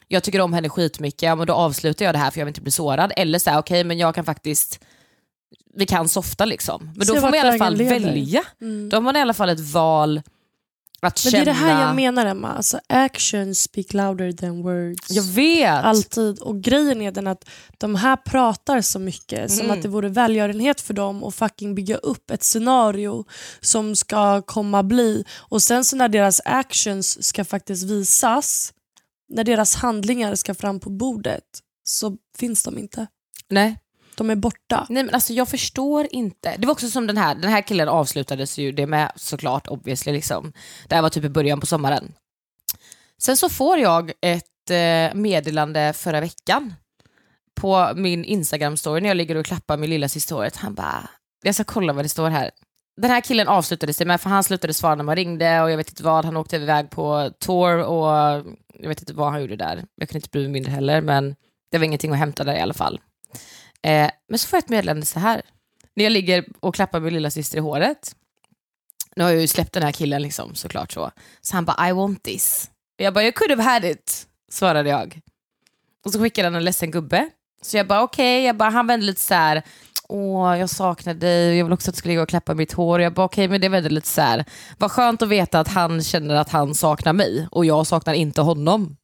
jag tycker om henne skitmycket, ja, men då avslutar jag det här för jag vill inte bli sårad. Eller så här, okej okay, men jag kan faktiskt, vi kan softa liksom. Men då Se får man i alla fall leder. välja. Mm. Då har man i alla fall ett val att men känna. det är det här jag menar, Emma. Alltså, actions speak louder than words. Jag vet. Alltid. Och grejen är den att de här pratar så mycket. Mm. Som att det vore välgörenhet för dem att fucking bygga upp ett scenario som ska komma bli. Och sen så när deras actions ska faktiskt visas, när deras handlingar ska fram på bordet, så finns de inte. Nej. De är borta. Nej men alltså jag förstår inte. Det var också som den här, den här killen avslutades ju det med såklart obviously liksom. Det här var typ i början på sommaren. Sen så får jag ett eh, meddelande förra veckan på min Instagram-story när jag ligger och klappar min lilla sista håret. Han bara, jag ska kolla vad det står här. Den här killen avslutade sig med, för han slutade svara när man ringde och jag vet inte vad, han åkte iväg på tour och jag vet inte vad han gjorde där. Jag kunde inte bry mig mindre heller, men det var ingenting att hämta där i alla fall. Eh, men så får jag ett meddelande så här. När jag ligger och klappar min lilla syster i håret. Nu har jag ju släppt den här killen liksom, såklart så. Så han bara, I want this. Och jag bara, you could have had it, svarade jag. Och så skickade han en ledsen gubbe. Så jag bara, okej, okay. jag bara, han vände lite så här. Åh, jag saknar dig. Jag vill också att du skulle ligga och klappa mitt hår. Och jag bara, okej, okay, men det vände lite så här. Vad skönt att veta att han känner att han saknar mig. Och jag saknar inte honom.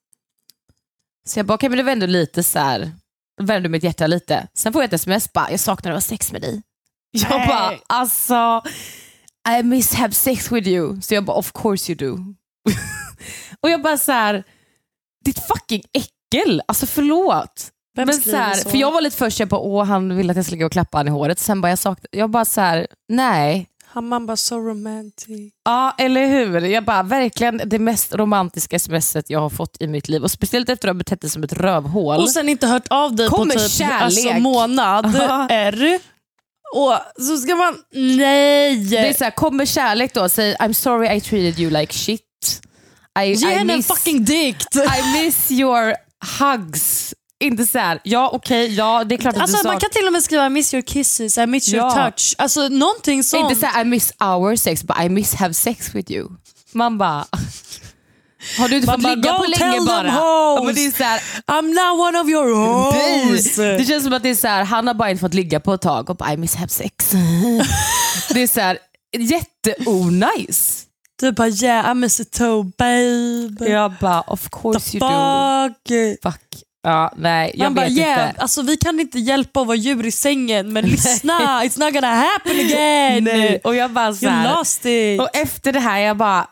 Så jag bara, okej, okay, men det vände lite så här. Vände mitt hjärta lite. Sen får jag ett sms, bara, jag saknar att ha sex med dig. Jag Nej. bara, alltså I miss have sex with you. Så jag bara, of course you do. Och jag bara så här, ditt fucking äckel. Alltså förlåt. Vem Men så här, så? för jag var lite först, jag bara, åh han ville att jag skulle gå och klappa han i håret. Sen bara, jag saknar, jag bara så här, nej. Han bara, so romantic. Ja, eller hur? Jag bara, verkligen det mest romantiska smset jag har fått i mitt liv. Och speciellt efter att ha betett det som ett rövhål. Och sen inte hört av dig Kommer på typ kärlek. alltså, månad. R. Och så ska man, nej. Det är så här, kommer kärlek då, säg I'm sorry I treated you like shit. I, Ge I henne en miss, fucking dikt. I miss your hugs. Inte så här, ja okej, okay, ja det är klart att Alltså du sa. man kan till och med skriva I miss your kisses, I miss your Ja. touch. Alltså någonting sånt. Inte så här, I miss our sex, but I miss have sex with you. Man bara, har du inte Man fått bara, ligga go på länge tell bara? them Ja, men hoes. det är så här, I'm not one of your hoes. det, det känns som att det är så här, han har bara inte fått ligga på ett tag och bara, I miss have sex. Det är så här, jätteonice. Du bara, yeah I miss a toe babe. Jag bara, of course The you do. fuck. Fuck. Ja, nej, jag Man bara, vet yeah, inte. alltså, vi kan inte hjälpa att vara djur i sängen, men lyssna, it's not gonna happen again. Nej. Och jag bara så You här, lost it. och efter det här jag bara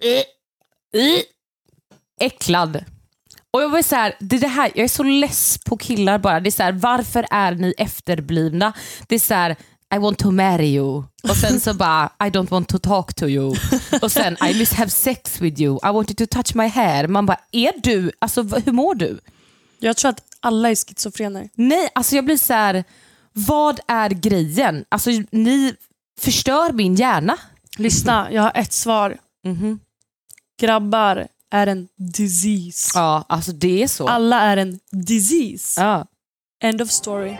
äcklad. Och jag var så här, det, det här, jag är så less på killar bara. Det är så här, varför är ni efterblivna? Det är så här, I want to marry you. Och sen så bara, I don't want to talk to you. Och sen, I miss have sex with you. I want you to touch my hair. Man bara, är du, alltså hur mår du? Jag tror att alla är schizofrener. Nej, alltså jag blir så här, vad är grejen? Alltså ni förstör min hjärna. Lyssna, jag har ett svar. Mhm. Grabbar är en disease. Ja, alltså det är så. Alla är en disease. Ja. End of story.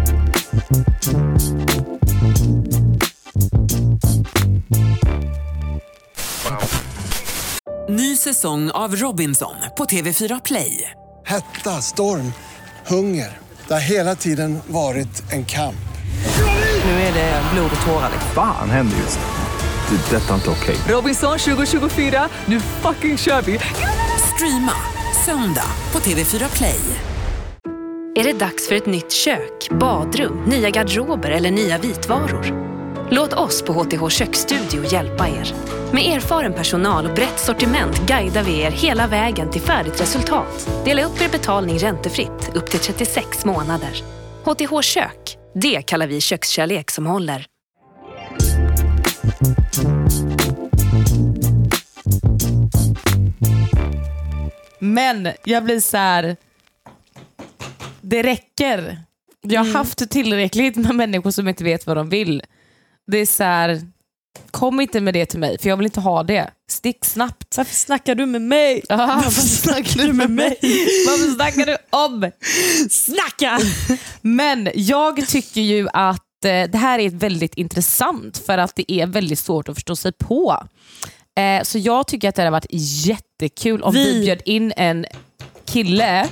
Ny säsong av Robinson på T V fyra Play. Hetta, storm, hunger. Det har hela tiden varit en kamp. Nu är det blod och tårar. Fan händer just det. Det är detta inte okej. Robinson tjugo tjugofyra, nu fucking kör vi. Streama söndag på T V fyra Play. Är det dags för ett nytt kök, badrum, nya garderober eller nya vitvaror? Låt oss på H T H Köksstudio hjälpa er. Med erfaren personal och brett sortiment guidar vi er hela vägen till färdigt resultat. Dela upp er betalning räntefritt upp till trettiosex månader. H T H Kök, det kallar vi kökskärlek som håller. Men jag blir så här, det räcker. Jag har Mm. haft tillräckligt med människor som inte vet vad de vill. Det är så här, kom inte med det till mig för jag vill inte ha det. Stick snabbt. Varför snackar du med mig? Aha, varför snackar du med mig? Varför snackar du om? Snacka! Men jag tycker ju att eh, det här är väldigt intressant för att det är väldigt svårt att förstå sig på. Eh, så jag tycker att det hade varit jättekul om vi, Vi. bjöd in en kille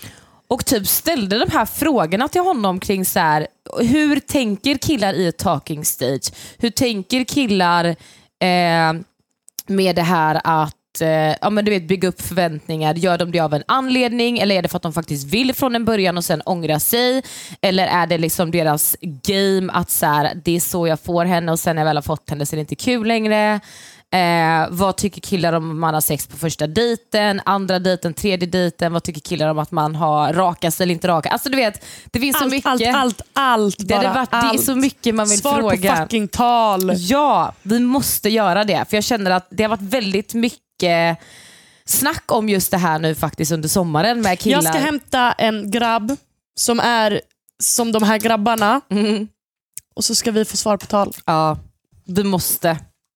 och typ ställde de här frågorna till honom kring så här, hur tänker killar i ett talking stage? Hur tänker killar eh, med det här att ja, men du vet, bygga upp förväntningar? Gör de det av en anledning eller är det för att de faktiskt vill från en början och sen ångra sig? Eller är det liksom deras game att så här, det är så jag får henne och sen när jag väl har fått henne så är det inte kul längre? Eh, vad tycker killar om man har sex på första dejten, andra dejten, tredje dejten? Vad tycker killar om att man har rakas eller inte rakat? Alltså du vet, det finns allt, så mycket. Allt, allt, allt. Det, bara, varit, allt. det är så mycket man vill Svar fråga. Svar på fucking tal. Ja, vi måste göra det. För jag känner att det har varit väldigt mycket snack om just det här nu faktiskt under sommaren med killar. Jag ska hämta en grabb som är som de här grabbarna. Mm. Och så ska vi få svar på tal. Ja, vi måste.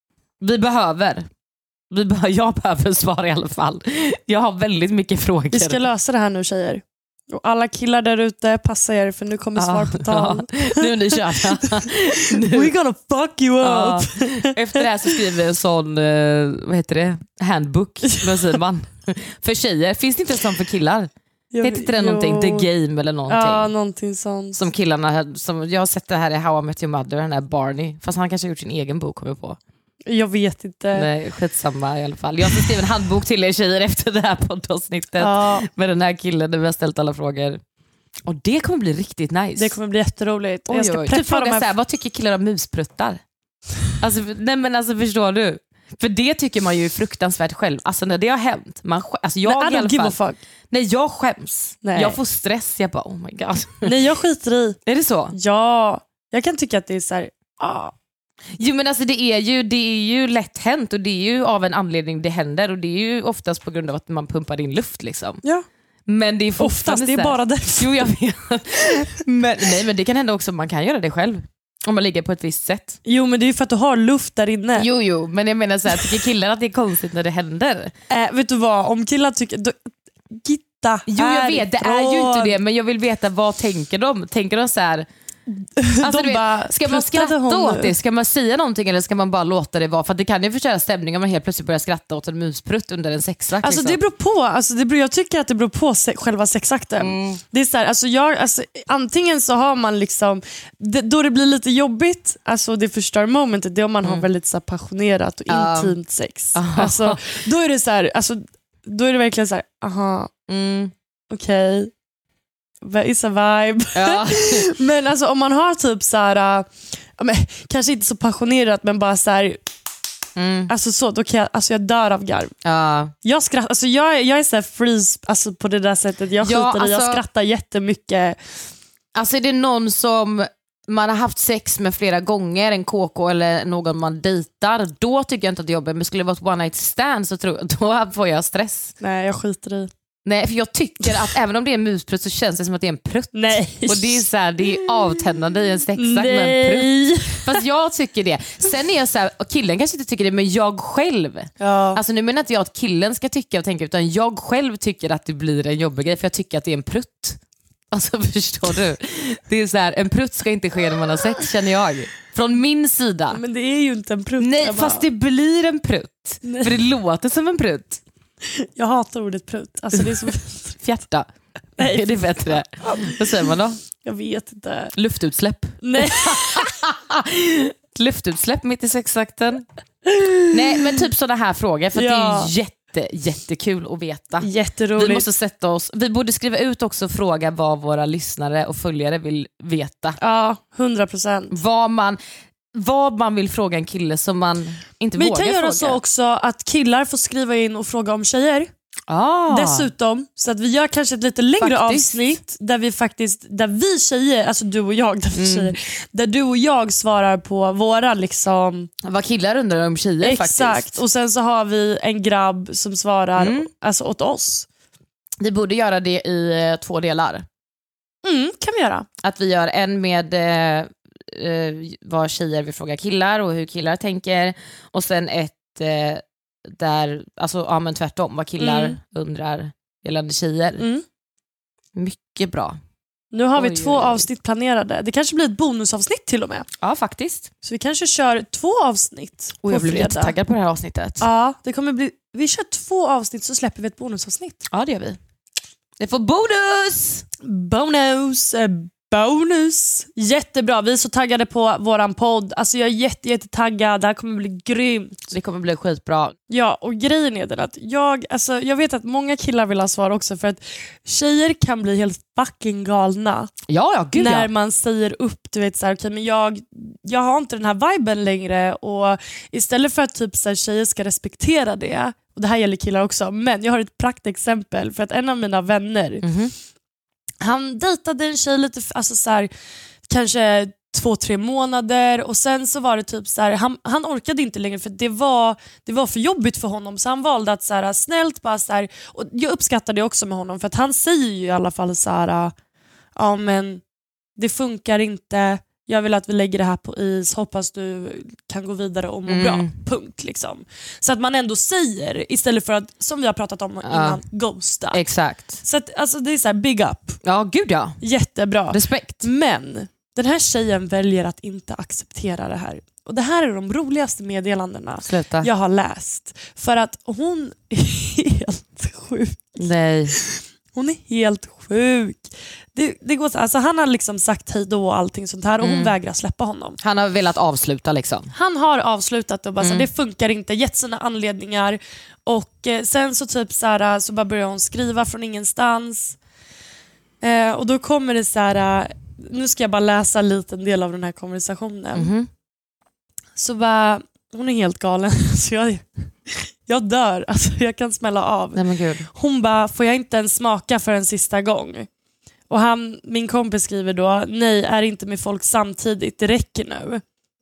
Vi behöver. Vi be- jag behöver svar i alla fall. Jag har väldigt mycket frågor. Vi ska lösa det här nu, tjejer. Och alla killar där ute, passa er för nu kommer ja, svar på tal. Ja. Nu är ni körda. We're gonna fuck you up. Ja. Efter det här så skriver vi en sån, vad heter det? Handbook, vad säger man? För tjejer. Finns det inte en sån för killar? Jag, Heter inte det någonting? The Game eller någonting? Ja, någonting sånt. Som killarna, som, jag har sett det här i How I Met Your Mother, den här Barney. Fast han kanske har gjort sin egen bok, kommer jag på. Jag vet inte. Nej, skitsamma i alla fall. Jag ska skriva en handbok till er tjejer efter det här poddavsnittet. Ja. Med den här killen där vi har ställt alla frågor. Och det kommer bli riktigt nice. Det kommer bli jätteroligt. Oj, jag ska oj. preppa Typ fråga de här... så här, vad tycker killar om muspruttar? Alltså, nej men alltså förstår du? För det tycker man ju fruktansvärt själv. Alltså när det har hänt. Man, alltså jag Nej, I i alla don't give fall, a fuck. Nej, jag skäms. Nej. Jag får stress. Jag bara, oh my god. Nej, jag skiter i. Är det så? Ja, jag kan tycka att det är så här... Ah. Jo men alltså det är, ju, det är ju lätt hänt och det är ju av en anledning det händer och det är ju oftast på grund av att man pumpar in luft liksom. Ja. Men det är Oftast, det är bara det. Jo jag vet. Men, nej men det kan hända också, man kan göra det själv. Om man ligger på ett visst sätt. Jo men det är för att du har luft där inne. Jo jo, men jag menar så här, tycker killar att det är konstigt när det händer? Äh, vet du vad, om killar tycker... Då, gitta Jo jag vet, det är ju inte det, men jag vill veta vad tänker de? Tänker de så här... Alltså, de vet, bara, ska man skratta hon åt nu? det? Ska man säga någonting eller ska man bara låta det vara? För det kan ju förstöra stämningen om man helt plötsligt börjar skratta åt en musprutt under en sexakt. Alltså liksom. det beror på, alltså, det beror, jag tycker att det beror på se, själva sexakten. Mm. Det är så här, alltså, jag, alltså, antingen så har man liksom det, då det blir lite jobbigt, alltså det förstör momentet, det är om man mm. har väldigt så här, passionerat och uh. intimt sex. Uh. Alltså, då är det så här, alltså, då är det verkligen så här, aha, mm. okej okay. It's a vibe. Ja. Men alltså om man har typ så här, uh, men, kanske inte så passionerat men bara så här, mm. alltså så då kan jag, alltså jag dör av garv. Ja. Jag skrattar, alltså jag, jag är så här freeze alltså på det där sättet. Jag skiter ja, alltså, i, jag skrattar jättemycket. Alltså är det någon som man har haft sex med flera gånger, en K K eller någon man dejtar, då tycker jag inte att det är jobbigt. Men skulle det vara ett one night stand så tror jag, då får jag stress. Nej, jag skiter i. Nej, för jag tycker att även om det är en musprutt så känns det som att det är en prutt. Nej. Och det är så här, det är avtändande i en sexakt med en prutt. Fast jag tycker det. Sen är jag så här, och killen kanske inte tycker det, men jag själv. Ja. Alltså nu menar inte jag att killen ska tycka och tänka, utan jag själv tycker att det blir en jobbig grej, för jag tycker att det är en prutt. Alltså förstår du? Det är så här, en prutt ska inte ske när man har sex, känner jag. Från min sida. Men det är ju inte en prutt. Nej, fast det blir en prutt. Nej. För det låter som en prutt. Jag hatar ordet prutt. Alltså det är som... Fjärta. Nej. Är det bättre? Vad säger man då? Jag vet inte. Luftutsläpp. Nej. Luftutsläpp mitt i sexakten. Nej, men typ sådana här frågor. För ja. Det är jätte, jättekul att veta. Jätteroligt. Vi måste sätta oss. Vi borde skriva ut också och fråga vad våra lyssnare och följare vill veta. Ja, hundra procent. Vad man... Vad man vill fråga en kille som man inte vi vågar fråga. Vi kan göra så också att killar får skriva in och fråga om tjejer. Ah. Dessutom, så att vi gör kanske ett lite längre faktiskt. avsnitt där vi faktiskt, där vi tjejer, alltså du och jag, där, vi mm. tjejer, där du och jag svarar på våra liksom... Vad killar undrar om tjejer. Exakt, faktiskt. Och sen så har vi en grabb som svarar mm. alltså åt oss. Vi borde göra det i eh, två delar. Mm, kan vi göra. Att vi gör en med... Eh, Uh, vad tjejer vill fråga killar och hur killar tänker, och sen ett uh, där, alltså ja men tvärtom, vad killar mm. undrar gällande tjejer. Mm. Mycket bra. Nu har oj, vi två oj, oj. avsnitt planerade. Det kanske blir ett bonusavsnitt till och med. Ja, faktiskt. Så vi kanske kör två avsnitt och på jag blir fredag. jättetaggad på det här avsnittet. Ja, det kommer bli, vi kör två avsnitt så släpper vi ett bonusavsnitt. Ja, det gör vi. Det får bonus! Bonus! Bonus! Jättebra, vi är så taggade på våran podd. Alltså jag är jätte, jätte taggad. Det här kommer bli grymt. Det kommer bli skitbra. Ja, och grejen är den att jag, alltså, jag vet att många killar vill ha svar också, för att tjejer kan bli helt fucking galna. Ja, ja, gud när ja. man säger upp, du vet så här, okay, men jag, jag har inte den här viben längre, och istället för att typ så här, tjejer ska respektera det, och det här gäller killar också, men jag har ett praktexempel för att en av mina vänner, Mm-hmm. han dejtade en tjej lite, alltså så här, kanske två, tre månader, och sen så var det typ så här, han, han orkade inte längre för det var, det var för jobbigt för honom, så han valde att så här, snällt bara så här, och jag uppskattar det också med honom, för att han säger ju i alla fall så här, ja men det funkar inte, jag vill att vi lägger det här på is, hoppas du kan gå vidare och må Mm. bra, punkt liksom. Så att man ändå säger, istället för att, som vi har pratat om innan, ghosta. Exakt. Så att, alltså, det är så här, big up. Ja, gud ja. Jättebra. Respekt. Men den här tjejen väljer att inte acceptera det här. Och det här är de roligaste meddelandena Sluta. jag har läst. För att hon är helt sjuk. Nej. Hon är helt sjuk. Det, det går så, alltså han har liksom sagt hej då och allting sånt här, och hon Mm. vägrar släppa honom. Han har velat avsluta liksom. Han har avslutat och bara Mm. så, det funkar inte, gett sina anledningar, och eh, sen så typ så här, så bara börjar hon skriva från ingenstans, eh, och då kommer det så här, nu ska jag bara läsa en liten del av den här konversationen. Mhm. Så bara, hon är helt galen. Så jag, jag dör, alltså jag kan smälla av. Nej men gud. Hon bara, får jag inte ens smaka för en sista gång? Och han, min kompis skriver då, nej, är inte med folk samtidigt, det räcker nu.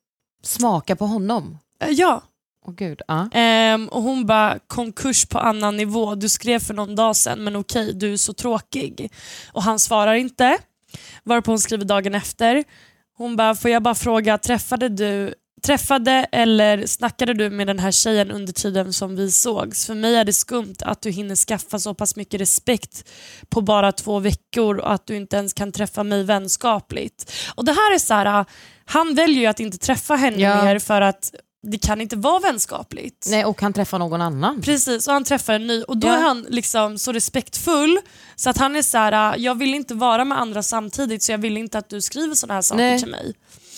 Smaka på honom. Eh, Ja. Åh gud. Ja. Ehm, och hon bara, konkurs på annan nivå, du skrev för någon dag sedan, men okej, du är så tråkig. Och han svarar inte, varpå hon skriver dagen efter. Hon bara, får jag bara fråga, träffade du Träffade eller snackade du med den här tjejen under tiden som vi sågs? För mig är det skumt att du hinner skaffa så pass mycket respekt på bara två veckor och att du inte ens kan träffa mig vänskapligt. Och det här är så här, han väljer ju att inte träffa henne Ja. mer för att det kan inte vara vänskapligt. Nej, och han träffar någon annan. Precis, och han träffar en ny, och då Ja. är han liksom så respektfull så att han är så här, jag vill inte vara med andra samtidigt, så jag vill inte att du skriver såna här saker Nej. till mig.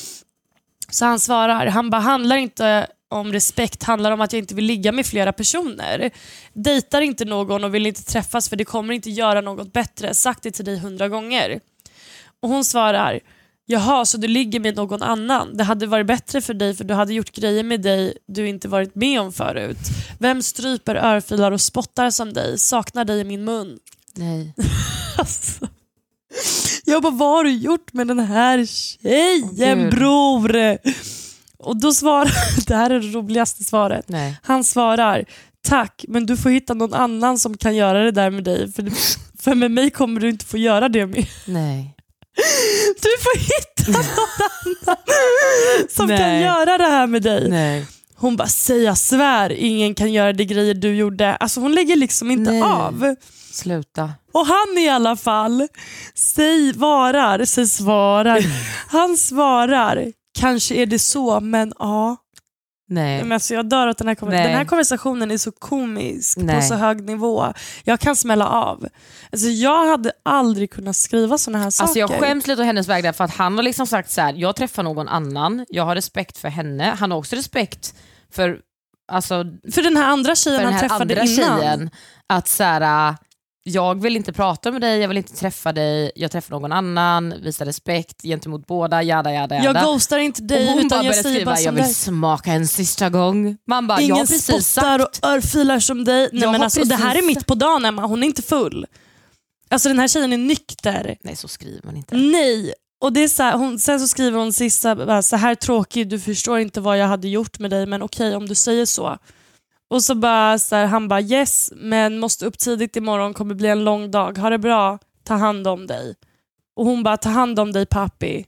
Så han svarar, han bara, handlar inte om respekt, handlar om att jag inte vill ligga med flera personer. Dejtar inte någon och vill inte träffas, för det kommer inte göra något bättre. Sagt det till dig hundra gånger. Och hon svarar, jaha, så du ligger med någon annan. Det hade varit bättre för dig, för du hade gjort grejer med dig du inte varit med om förut. Vem stryper, örfilar och spottar som dig? Saknar dig i min mun. Nej. Alltså. Jag bara, vad har du gjort med den här tjejen, Åh, Gud. bror? Och då svarar, det här är det roligaste svaret. Nej. Han svarar, tack, men du får hitta någon annan som kan göra det där med dig. För, för med mig kommer du inte få göra det med. Nej. Du får hitta någon annan som Nej. kan göra det här med dig. Nej. Hon bara, säg jag svär, ingen kan göra det grejer du gjorde. Alltså hon lägger liksom inte Nej. av. Sluta. Och han i alla fall säg varar, säg svarar. Han svarar, kanske är det så, men ja. Nej. Men alltså jag dör åt den här, konver- Nej. den här konversationen är så komisk på Nej. så hög nivå. Jag kan smälla av. Alltså jag hade aldrig kunnat skriva såna här saker. Alltså jag skäms lite å hennes väg där, för att han har liksom sagt så här: jag träffar någon annan, jag har respekt för henne, han har också respekt för, alltså, För den här andra tjejen för den han här träffade andra innan. tjejen, att så här, jag vill inte prata med dig, jag vill inte träffa dig, jag träffar någon annan, visa respekt gentemot båda, jada jada jada. Jag ghostar inte Och dig, hon bara utan jag började säger skriva, bara jag som vill dig. smaka en sista gång. Man bara, jag Ingen har precis spottar sagt. och örfilar som dig. Nej, Jag men har alltså, det här är precis- mitt på dagen, Emma. Hon är inte full. Alltså den här tjejen är nykter. Nej, så skriver man inte. Nej. Och det är så här, hon, sen så skriver hon sista, bara, så här tråkig, du förstår inte vad jag hade gjort med dig, men okej om du säger så. Och så bara så här, han bara yes, men måste upp tidigt imorgon, kommer bli en lång dag. Ha det bra, ta hand om dig. Och hon bara, ta hand om dig pappi.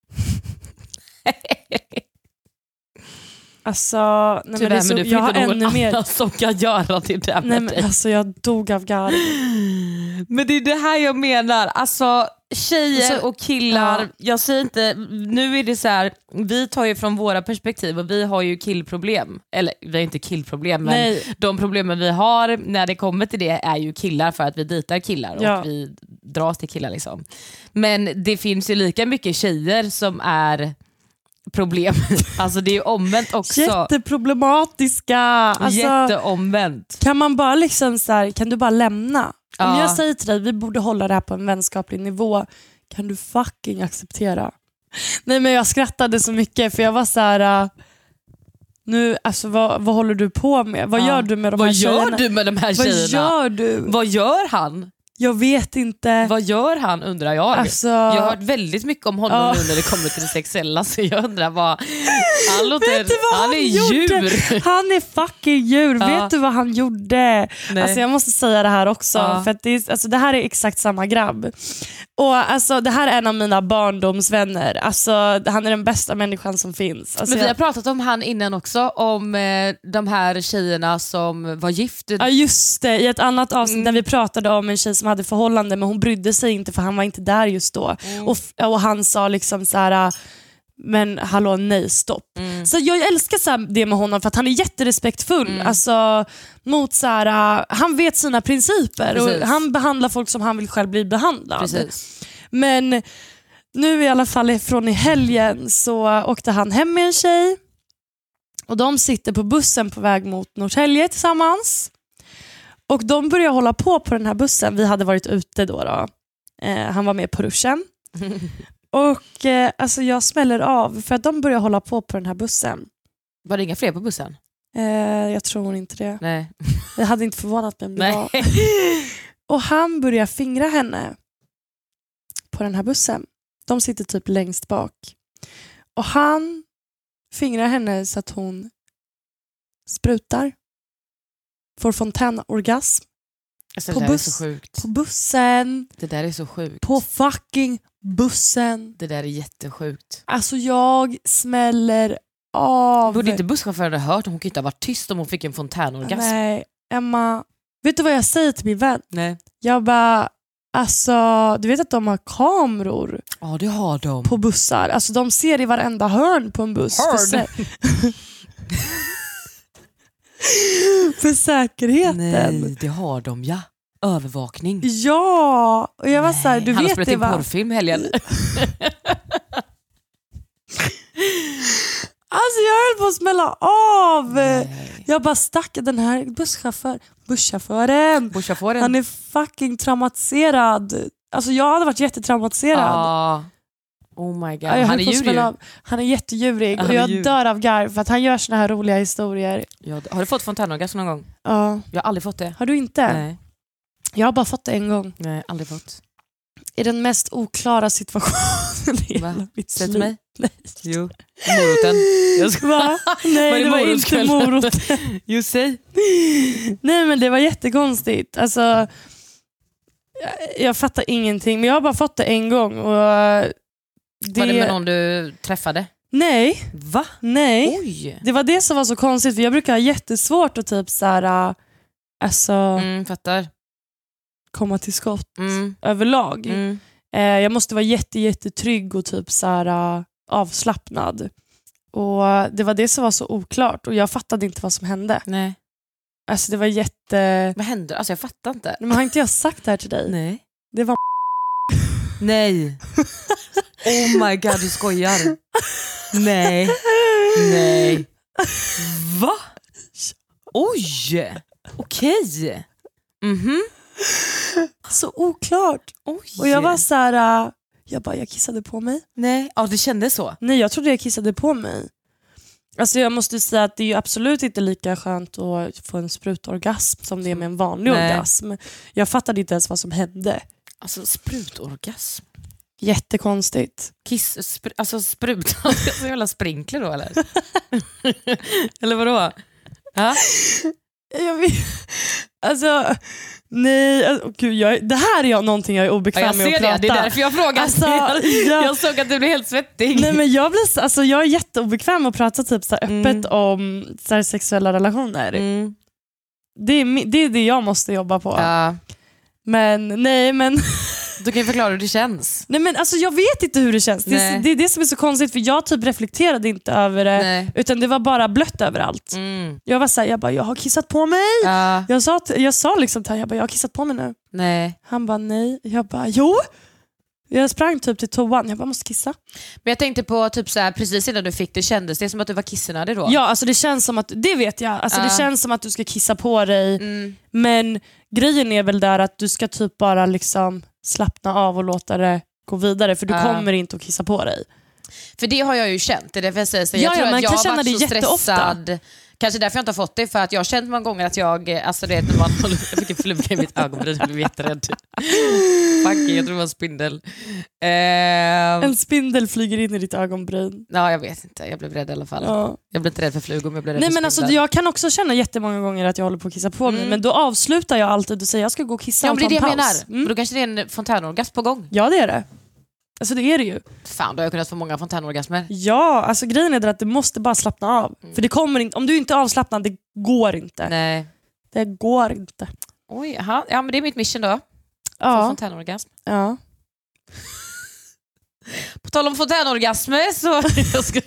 Alltså, nej, men det Tyvärr, är så, men du jag får har inte någon ännu mer. annan som kan göra det där med Nej, dig. men, alltså jag dog av garv. Men det är det här jag menar. Alltså, tjejer Så- och killar, ja. jag säger inte, nu är det så här, vi tar ju från våra perspektiv och vi har ju killproblem, eller vi har inte killproblem men Nej. de problemen vi har när det kommer till det är ju killar för att vi dejtar killar och Ja. vi dras till killar liksom. Men det finns ju lika mycket tjejer som är problem, alltså det är ju omvänt också. Jätteproblematiska. Alltså, Jätteomvänt. kan man bara liksom så här, kan du bara lämna? Om Ja. jag säger till dig, vi borde hålla det här på en vänskaplig nivå, kan du fucking acceptera? Nej men jag skrattade så mycket för jag var så här. Uh, nu, alltså vad, vad håller du på med? Vad Ja. gör du med de Vad här gör tjejerna? du med de här Vad tjejerna? gör du? Vad gör han? Jag vet inte. Vad gör han undrar jag. Alltså, Jag har hört väldigt mycket om honom Ja. nu när det kommer till det sexuella så jag undrar vad... Han, låter, vet du vad han han, är gjorde? djur. Han är fucking djur. Ja. Vet du vad han gjorde? Nej. Alltså jag måste säga det här också. Ja. För att det, är, alltså det här är exakt samma grabb. Och alltså det här är en av mina barndomsvänner. Alltså han är den bästa människan som finns. Alltså, Men vi har jag, pratat om han innan också, om eh, de här tjejerna som var gift. ja just det, i ett annat avsnitt Mm. där vi pratade om en tjej som hade förhållande men hon brydde sig inte för han var inte där just då. Mm. Och, f- och han sa liksom så här. Men hallå nej stopp. Mm. Så jag älskar så här det med honom för att han är jätterespektfull. Mm. Alltså, mot så här, uh, han vet sina principer Precis. och han behandlar folk som han vill själv bli behandlad. Precis. Men nu i alla fall från i helgen så åkte han hem med en tjej och de sitter på bussen på väg mot Norrtälje tillsammans. Och de börjar hålla på på den här bussen. Vi hade varit ute då. då. Eh, han var med på ruschen. Och eh, alltså jag smäller av för att de börjar hålla på på den här bussen. Var det inga fler på bussen? Eh, jag tror inte det. Nej. Det hade inte förvånat mig om det Nej. var. Och han börjar fingra henne på den här bussen. De sitter typ längst bak. Och han fingrar henne så att hon sprutar. Får fontänorgasm. Alltså, På det där buss. är så sjukt. På bussen. Det där är så sjukt. På fucking bussen. Det där är jättesjukt. Alltså jag smäller av. Borde inte busschauffören ha hört? Hon kunde inte ha varit tyst om hon fick en fontänorgasm. Nej, Emma. Vet du vad jag säger till min vän? Nej. Jag bara, alltså du vet att de har kameror Ja, det har de. på bussar. Alltså de ser i varenda hörn på en buss. För, Hörn? sä- för säkerheten. Nej, det har de, ja. Övervakning. Ja, och jag var så här, du Han har vet spelat det in va? porrfilm i helgen. Alltså jag höll på att smälla av. Nej. Jag bara stack den här busschaufför, busschauffören. Busschauffören. Han är fucking traumatiserad. Alltså jag hade varit jättetraumatiserad. Ah. Oh my god. Ja, jag Han höll är på att djur smälla ju. av. Han är jättedjurig Han och är jag djur. dör av garv för att han gör såna här roliga historier. Ja, har du fått fontänorgasm någon gång? Ja. Jag har aldrig fått det. Har du inte? Nej, Jag har bara fått det en gång. nej, aldrig fått. I den mest oklara situationen i hela Va? mitt Säg till liv. mig. Nej. Jo. Moroten. Jag ska... Va? Nej, Var det det var inte morotskväll? morot. Jo, säg. Nej, men det var jättekonstigt. Alltså, jag, jag fattar ingenting, men jag har bara fått det en gång. Och det... Var det med någon du träffade? Nej, Va? nej. Oj. Det var det som var så konstigt, för jag brukar ha jättesvårt att typ så här, äh, alltså, Mm, fattar. komma till skott Mm. överlag. Mm. Eh, jag måste vara jätte, jättetrygg och typ så här, äh, avslappnad. Och det var det som var så oklart och jag fattade inte vad som hände. Nej. Alltså det var jätte... Vad hände? Alltså jag fattar inte. Men har inte jag sagt det här till dig? Nej. Det var Nej. Oh my god, du skojar. Nej. Nej. Va? Oj. Okej. Mhm. så oklart. Oj. Och jag var så här, äh, jag bara, jag kissade på mig. Nej. Ja, det kändes så. Nej, jag trodde jag kissade på mig. Alltså jag måste säga att det är ju absolut inte lika skönt att få en sprutorgasm som det är med en vanlig Nej. orgasm. Jag fattade inte ens vad som hände. Alltså sprutorgasm. Jättekonstigt. Kiss, spr- alltså sprut. Så jävla sprinkler då eller? Eller vadå? Ja? Jag vet, alltså, nej, alltså, gud, jag, det här är jag, någonting jag är Ja, obekväm jag med att ser prata. det, det är därför jag frågar. Alltså, jag, ja. jag såg att du blev helt svettig. Nej, men jag, blir, så- alltså, jag är jätteobekväm med att prata typ, så här, öppet Mm. om så här, sexuella relationer. Mm. Det, är, mi- det är det jag måste jobba på. Ja. Men nej, men Du kan ju förklara hur det känns. Nej men alltså jag vet inte hur det känns. Det är, Nej. det är det som är så konstigt, för jag typ reflekterade inte över det. Nej. Utan det var bara blött överallt. Mm. Jag var såhär, jag bara, jag har kissat på mig. Ja. Jag sa, till- jag sa liksom till honom, jag bara, jag har kissat på mig nu. Nej. Han bara, nej. Jag bara, jo. Jag sprang typ till toan, jag bara, måste kissa. Men jag tänkte på typ så här, precis innan du fick det, kändes det som att du var kissnödig då? Ja, alltså det känns som att, det vet jag. Alltså Ja. det känns som att du ska kissa på dig. Mm. Men grejen är väl där att du ska typ bara liksom slappna av och låta det gå vidare. För du Ja. kommer inte att kissa på dig. För det har jag ju känt, det är därför jag säger så. Ja, Jag tror ja, man att jag kan har känna varit det så jätteofta. stressad. Kanske därför jag inte har fått det, för att jag har känt många gånger att jag, alltså det är när man håller, jag fick en fluga i mitt ögonbryn, jag blev jätterädd. Fucking, jag tror det var en spindel. Ehm, En spindel flyger in i ditt ögonbryn. ja, jag vet inte, jag blev rädd i alla fall. Ja. Jag blev inte rädd för flugor, men jag blev rädd Nej för men alltså, spindlar. jag kan också känna jättemånga gånger att jag håller på att kissa på mig. Mm. Men då avslutar jag alltid och säger jag ska gå och kissa Ja, och men det är ta det en jag paus. menar. Mm. Men då kanske det är en fontänorgasm på gång. Ja det är det. Alltså det är det ju. Fan, då har jag kunnat få många fontänorgasmer. Ja, alltså grejen är det att du måste bara slappna av. Mm. För det kommer inte, om du inte är avslappnad, det går inte. Nej. Det går inte. Oj, aha. Ja, men det är mitt mission då. Få Ja. fontänorgasm. Ja. På tal om fontänorgasmer så... jag ska...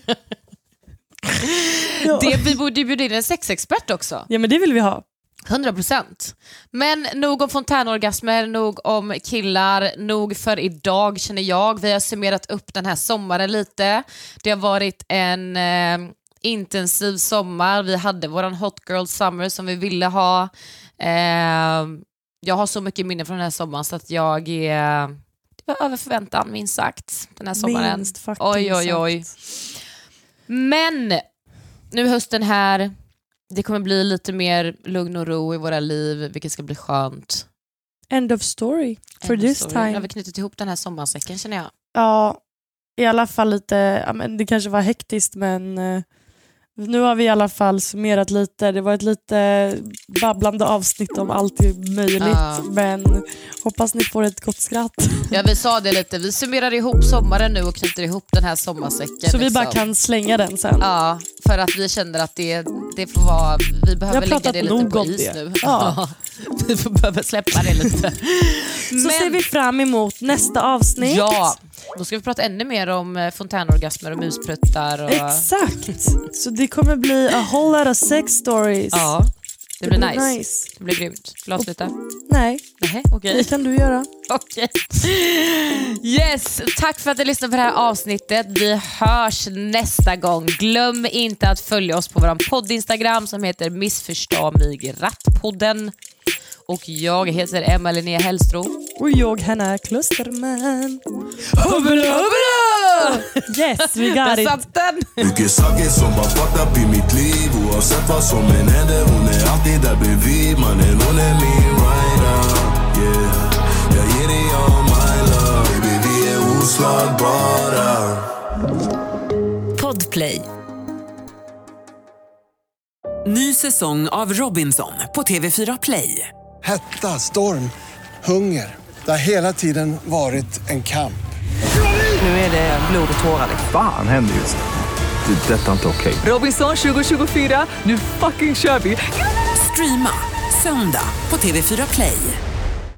Ja. det, vi borde bjuda in en sexexpert också. ja men det vill vi ha. hundra procent. Men nog om fontänorgasmer, nog om killar, nog för idag känner jag. Vi har summerat upp den här sommaren lite. Det har varit en eh, intensiv sommar. Vi hade våran hot girl summer som vi ville ha. Eh, jag har så mycket minne från den här sommaren så att jag är... det var över förväntan, minst sagt, den här sommaren. Minst fucking Oj, oj, oj. sagt. Men nu hösten här, det kommer bli lite mer lugn och ro i våra liv, vilket ska bli skönt. End of story for End of this story. time. Nu har vi knutit ihop den här sommarsäcken, känner jag. Ja, i alla fall lite, ja, men det kanske var hektiskt men eh, nu har vi i alla fall summerat lite. Det var ett lite babblande avsnitt om allt möjligt Ja. men hoppas ni får ett gott skratt. Ja, vi sa det lite. Vi summerar ihop sommaren nu och knyter ihop den här sommarsäcken. Så vi bara liksom. kan slänga den sen. Ja, för att vi känner att det, det får vara... Vi behöver har lägga pratat det lite nog på om is det. nu. Ja. Vi får behöva släppa det lite. Så ser vi fram emot nästa avsnitt. Ja, då ska vi prata ännu mer om eh, fontänorgasmer och muspruttar. Och... Exakt. Så det kommer bli a whole lot of sex stories. Ja, det blir Det nice. blir nice. Det blir grymt. Vill du avsluta? Nej, Nej, okej. det kan du göra. Okej. Yes, tack för att du lyssnade på det här avsnittet. Vi hörs nästa gång. Glöm inte att följa oss på vår podd-instagram som heter Missförstå mig rattpodden. Och jag heter Emma Linnea Hellstro. Och jag Hanna Klusterman. Yes, we got Där it. satt den! Mycket saker som var fucked up i mitt liv. Oavsett vad som än händer, hon är alltid där bredvid. Mannen, hon är min rider. Yeah, jag ger dig all my love. Baby, vi är oslagbara. Podplay. Ny säsong av Robinson på T V fyra Play. Hetta, storm, hunger. Det har hela tiden varit en kamp. Nu är det blod och tårar. Fan händer just det. Det är detta inte okej. Robinson tjugo tjugofyra, nu fucking kör vi! Streama söndag på T V fyra Play.